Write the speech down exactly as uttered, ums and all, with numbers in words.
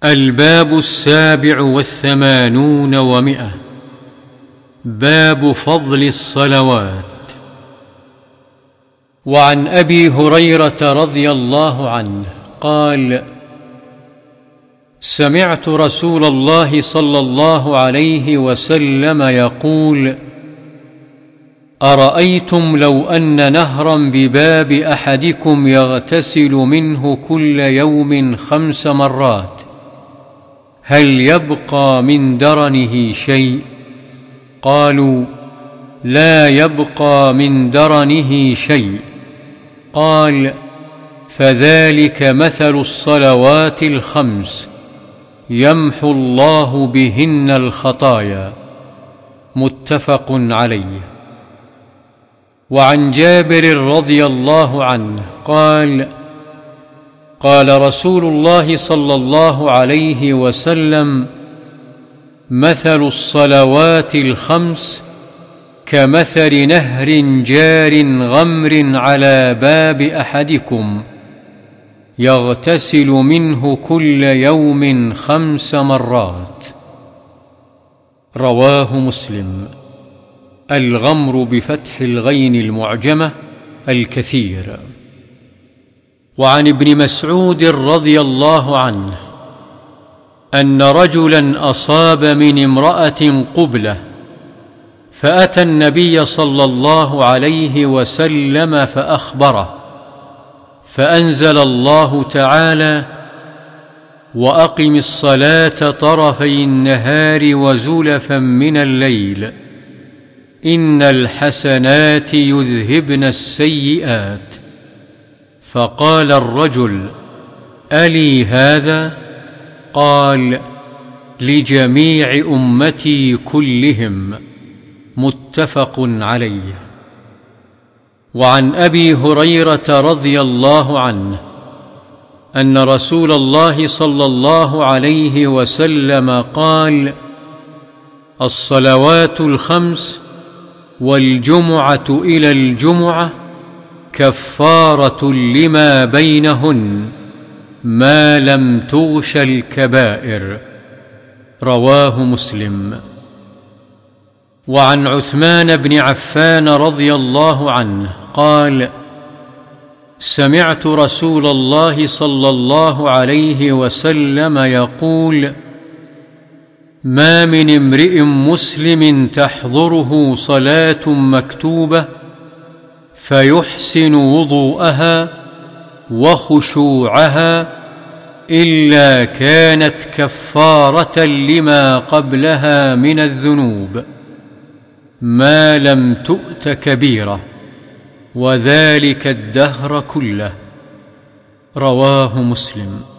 الباب السابع والثمانون ومئة. باب فضل الصلوات. وعن أبي هريرة رضي الله عنه قال: سمعت رسول الله صلى الله عليه وسلم يقول: أرأيتم لو أن نهرا بباب أحدكم يغتسل منه كل يوم خمس مرات هل يبقى من درنه شيء؟ قالوا: لا يبقى من درنه شيء. قال: فذلك مثل الصلوات الخمس يمحو الله بهن الخطايا. متفق عليه. وعن جابر رضي الله عنه قال: قال رسول الله صلى الله عليه وسلم: مثل الصلوات الخمس كمثل نهر جار غمر على باب أحدكم يغتسل منه كل يوم خمس مرات. رواه مسلم. الغمر بفتح الغين المعجمة الكثير. وعن ابن مسعود رضي الله عنه أن رجلا أصاب من امرأة قبلة فأتى النبي صلى الله عليه وسلم فأخبره، فأنزل الله تعالى: وأقم الصلاة طرفي النهار وزلفا من الليل إن الحسنات يذهبن السيئات. فقال الرجل: ألي هذا؟ قال: لجميع أمتي كلهم. متفق عليه. وعن أبي هريرة رضي الله عنه أن رسول الله صلى الله عليه وسلم قال: الصلوات الخمس والجمعة إلى الجمعة كفارة لما بينهن ما لم تغش الكبائر. رواه مسلم. وعن عثمان بن عفان رضي الله عنه قال: سمعت رسول الله صلى الله عليه وسلم يقول: ما من امرئ مسلم تحضره صلاة مكتوبة فيحسن وضوءها وخشوعها إلا كانت كفارة لما قبلها من الذنوب ما لم تؤت كبيرة، وذلك الدهر كله. رواه مسلم.